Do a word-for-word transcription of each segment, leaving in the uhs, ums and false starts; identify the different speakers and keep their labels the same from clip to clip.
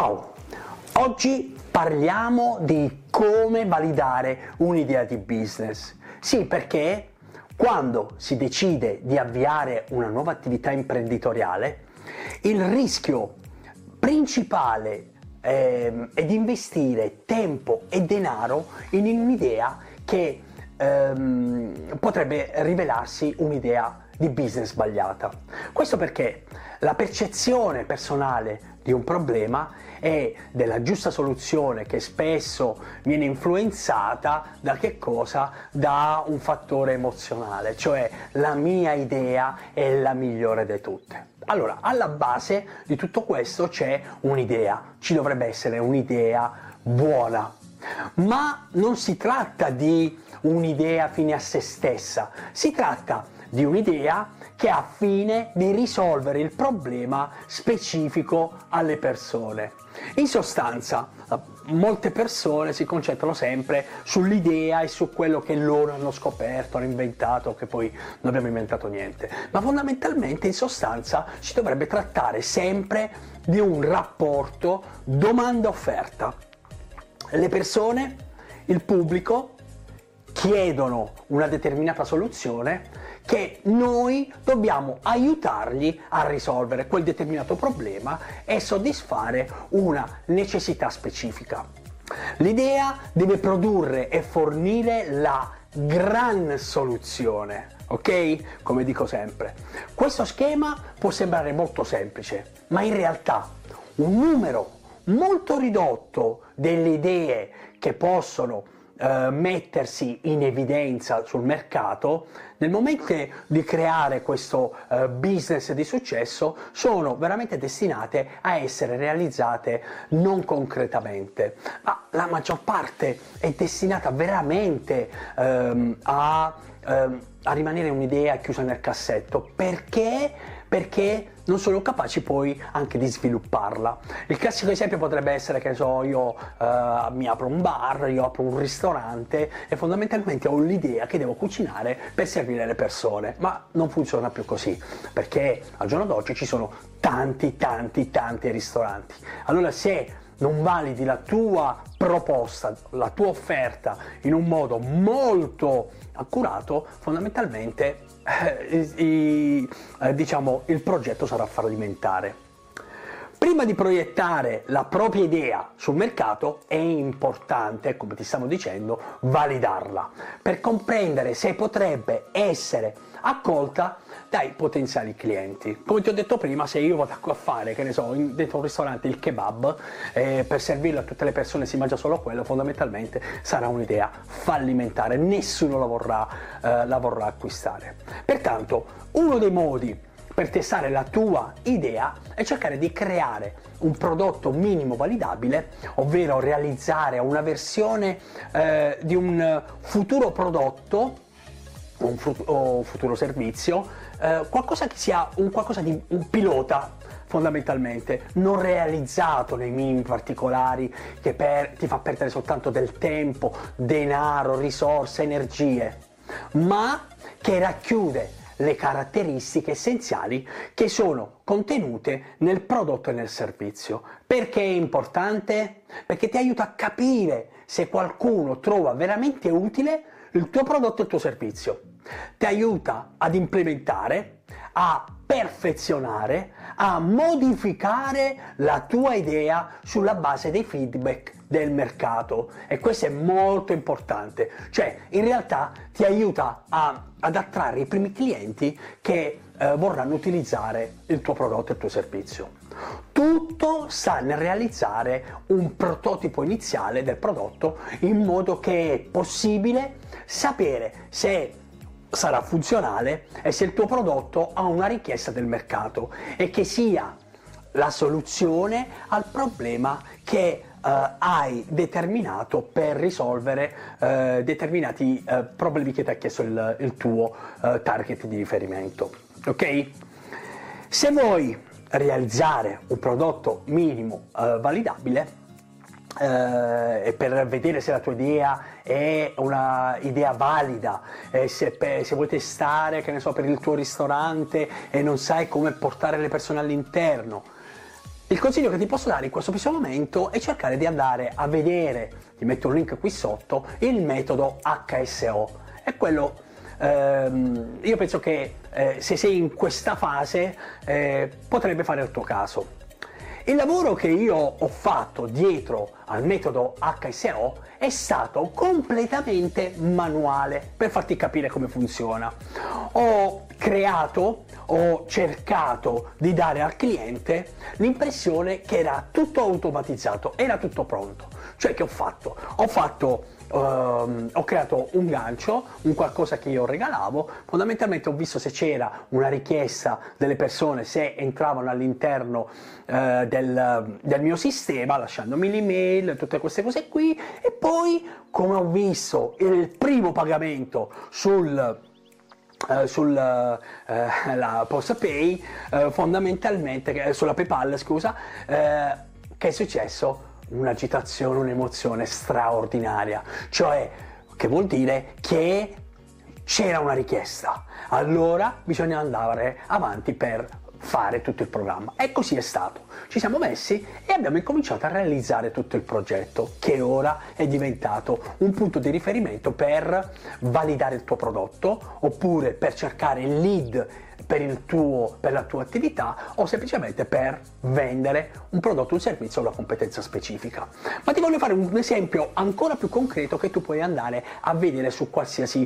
Speaker 1: Ciao, oggi parliamo di come validare un'idea di business. Sì, perché quando si decide di avviare una nuova attività imprenditoriale, il rischio principale eh, è di investire tempo e denaro in un'idea che ehm, potrebbe rivelarsi un'idea di business sbagliata. Questo perché la percezione personale di un problema e della giusta soluzione, che spesso viene influenzata da che cosa? Da un fattore emozionale, cioè la mia idea è la migliore di tutte. Allora, alla base di tutto questo c'è un'idea, ci dovrebbe essere un'idea buona, ma non si tratta di un'idea fine a se stessa, si tratta di un'idea che ha fine di risolvere il problema specifico alle persone. In sostanza, molte persone si concentrano sempre sull'idea e su quello che loro hanno scoperto, hanno inventato, che poi non abbiamo inventato niente. Ma fondamentalmente, in sostanza, si dovrebbe trattare sempre di un rapporto domanda-offerta. Le persone, il pubblico, chiedono una determinata soluzione che noi dobbiamo aiutargli a risolvere quel determinato problema e soddisfare una necessità specifica. L'idea deve produrre e fornire la gran soluzione, ok? Come dico sempre. Questo schema può sembrare molto semplice, ma in realtà un numero molto ridotto delle idee che possono Uh, mettersi in evidenza sul mercato, nel momento di creare questo uh, business di successo, sono veramente destinate a essere realizzate non concretamente, ma la maggior parte è destinata veramente um, a, um, a rimanere un'idea chiusa nel cassetto. Perché? Perché non sono capaci poi anche di svilupparla. Il classico esempio potrebbe essere che so, io eh, mi apro un bar, io apro un ristorante e fondamentalmente ho l'idea che devo cucinare per servire le persone, ma non funziona più così, perché al giorno d'oggi ci sono tanti tanti tanti ristoranti. Allora, se non validi la tua proposta, la tua offerta in un modo molto accurato, fondamentalmente eh, i, eh, diciamo, il progetto sarà fallimentare. Prima di proiettare la propria idea sul mercato è importante, come ti stavo dicendo, validarla per comprendere se potrebbe essere accolta dai potenziali clienti. Come ti ho detto prima, se io vado a fare, che ne so, in, dentro un ristorante il kebab, eh, per servirlo a tutte le persone si mangia solo quello, fondamentalmente sarà un'idea fallimentare, nessuno la vorrà, eh, la vorrà acquistare. Pertanto, uno dei modi per testare la tua idea è cercare di creare un prodotto minimo validabile, ovvero realizzare una versione eh, di un futuro prodotto un o futuro servizio, eh, qualcosa che sia un qualcosa di un pilota, fondamentalmente non realizzato nei minimi particolari, che per, ti fa perdere soltanto del tempo, denaro, risorse, energie, ma che racchiude le caratteristiche essenziali che sono contenute nel prodotto e nel servizio. Perché è importante? Perché ti aiuta a capire se qualcuno trova veramente utile il tuo prodotto e il tuo servizio. Ti aiuta ad implementare, a perfezionare, a modificare la tua idea sulla base dei feedback del mercato, e questo è molto importante. Cioè, in realtà ti aiuta a, ad attrarre i primi clienti che eh, vorranno utilizzare il tuo prodotto e il tuo servizio. Tutto sta nel realizzare un prototipo iniziale del prodotto, in modo che è possibile sapere se sarà funzionale e se il tuo prodotto ha una richiesta del mercato e che sia la soluzione al problema che Uh, hai determinato per risolvere uh, determinati uh, problemi che ti ha chiesto il, il tuo uh, target di riferimento. Ok? Se vuoi realizzare un prodotto minimo uh, validabile, Uh, e per vedere se la tua idea è una idea valida, eh, se, per, se vuoi testare, che ne so, per il tuo ristorante e non sai come portare le persone all'interno, il consiglio che ti posso dare in questo preciso momento è cercare di andare a vedere, ti metto un link qui sotto, il metodo H S O. È quello, ehm, io penso che eh, se sei in questa fase eh, potrebbe fare il tuo caso. Il lavoro che io ho fatto dietro al metodo H S O è stato completamente manuale, per farti capire come funziona. Ho creato, ho cercato di dare al cliente l'impressione che era tutto automatizzato, era tutto pronto. Cioè, che ho fatto? Ho fatto Uh, ho creato un gancio, un qualcosa che io regalavo, fondamentalmente ho visto se c'era una richiesta delle persone, se entravano all'interno uh, del, del mio sistema, lasciandomi l'email, tutte queste cose qui, e poi come ho visto il primo pagamento sul Uh, sulla uh, PostPay, uh, fondamentalmente sulla PayPal, scusa, uh, che è successo? Un'agitazione, un'emozione straordinaria, cioè che vuol dire che c'era una richiesta, allora bisogna andare avanti per fare tutto il programma, e così è stato. Ci siamo messi e abbiamo incominciato a realizzare tutto il progetto, che ora è diventato un punto di riferimento per validare il tuo prodotto, oppure per cercare il lead per, il tuo, per la tua attività, o semplicemente per vendere un prodotto, un servizio o una competenza specifica. Ma ti voglio fare un esempio ancora più concreto che tu puoi andare a vedere su qualsiasi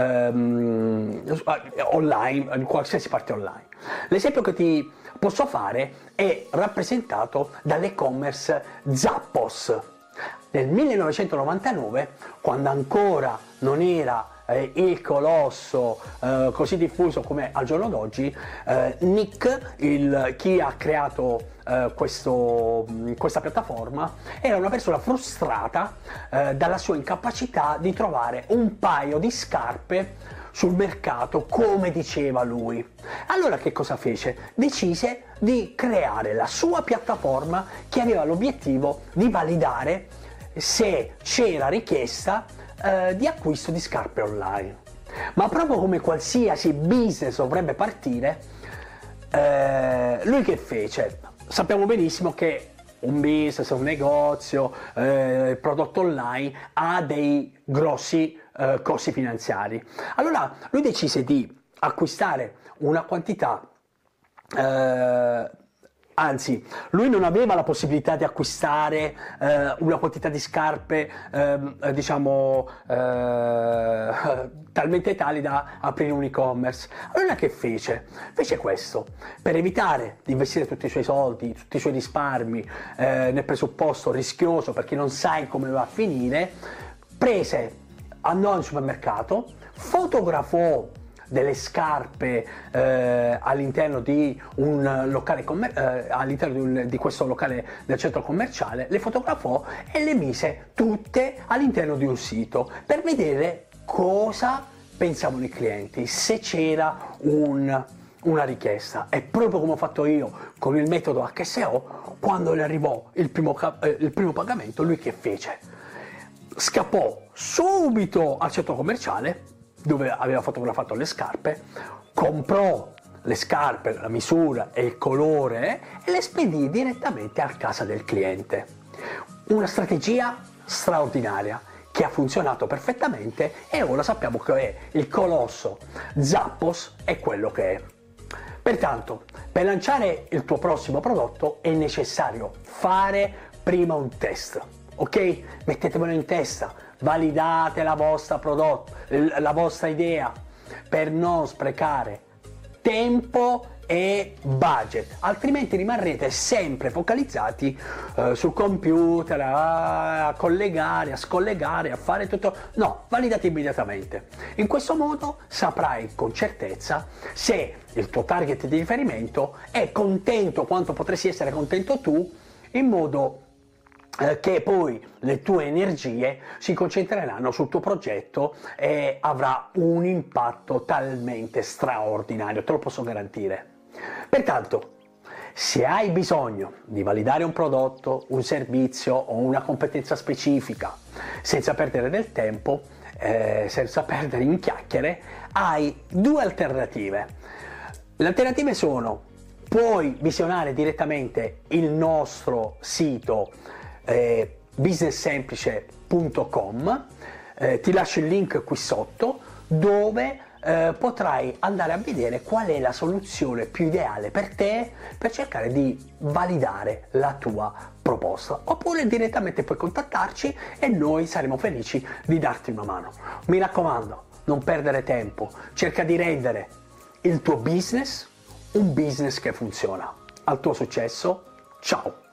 Speaker 1: um, online, in qualsiasi parte online. L'esempio che ti posso fare è rappresentato dall'e-commerce Zappos. Nel millenovecentonovantanove, quando ancora non era eh, il colosso eh, così diffuso come al giorno d'oggi, eh, Nick, il, chi ha creato eh, questo, questa piattaforma, era una persona frustrata eh, dalla sua incapacità di trovare un paio di scarpe sul mercato come diceva lui. Allora che cosa fece? Decise di creare la sua piattaforma che aveva l'obiettivo di validare se c'era richiesta eh, di acquisto di scarpe online. Ma proprio come qualsiasi business dovrebbe partire, eh, lui che fece? Sappiamo benissimo che un business, un negozio, eh, il prodotto online ha dei grossi eh, costi finanziari. Allora lui decise di acquistare una quantità, eh, anzi lui non aveva la possibilità di acquistare eh, una quantità di scarpe eh, diciamo eh, talmente tali da aprire un e-commerce. Allora che fece? Fece questo: per evitare di investire tutti i suoi soldi, tutti i suoi risparmi eh, nel presupposto rischioso, perché non sai come va a finire, prese, andò al supermercato, fotografò delle scarpe eh, all'interno di un locale commer- eh, all'interno di, un, di questo locale del centro commerciale, le fotografò e le mise tutte all'interno di un sito per vedere cosa pensavano i clienti, se c'era un, una richiesta. E proprio come ho fatto io con il metodo H S O, quando le arrivò il primo, eh, il primo pagamento, lui che fece? Scappò subito al centro commerciale dove aveva fotografato le scarpe, comprò le scarpe, la misura e il colore e le spedì direttamente a casa del cliente. Una strategia straordinaria che ha funzionato perfettamente, e ora sappiamo che il colosso Zappos è quello che è. Pertanto, per lanciare il tuo prossimo prodotto è necessario fare prima un test. Ok? Mettetevelo in testa, validate la vostra prodotto, la vostra idea, per non sprecare tempo e budget, altrimenti rimarrete sempre focalizzati eh, sul computer a, a collegare, a scollegare, a fare tutto. No, validate immediatamente. In questo modo saprai con certezza se il tuo target di riferimento è contento quanto potresti essere contento tu, in modo che poi le tue energie si concentreranno sul tuo progetto e avrà un impatto talmente straordinario, te lo posso garantire. Pertanto, se hai bisogno di validare un prodotto, un servizio o una competenza specifica senza perdere del tempo, eh, senza perdere in chiacchiere, hai due alternative. Le alternative sono: puoi visionare direttamente il nostro sito eh, business semplice punto com, eh, ti lascio il link qui sotto dove eh, potrai andare a vedere qual è la soluzione più ideale per te per cercare di validare la tua proposta, oppure direttamente puoi contattarci e noi saremo felici di darti una mano. Mi raccomando, non perdere tempo, cerca di rendere il tuo business un business che funziona. Al tuo successo, ciao!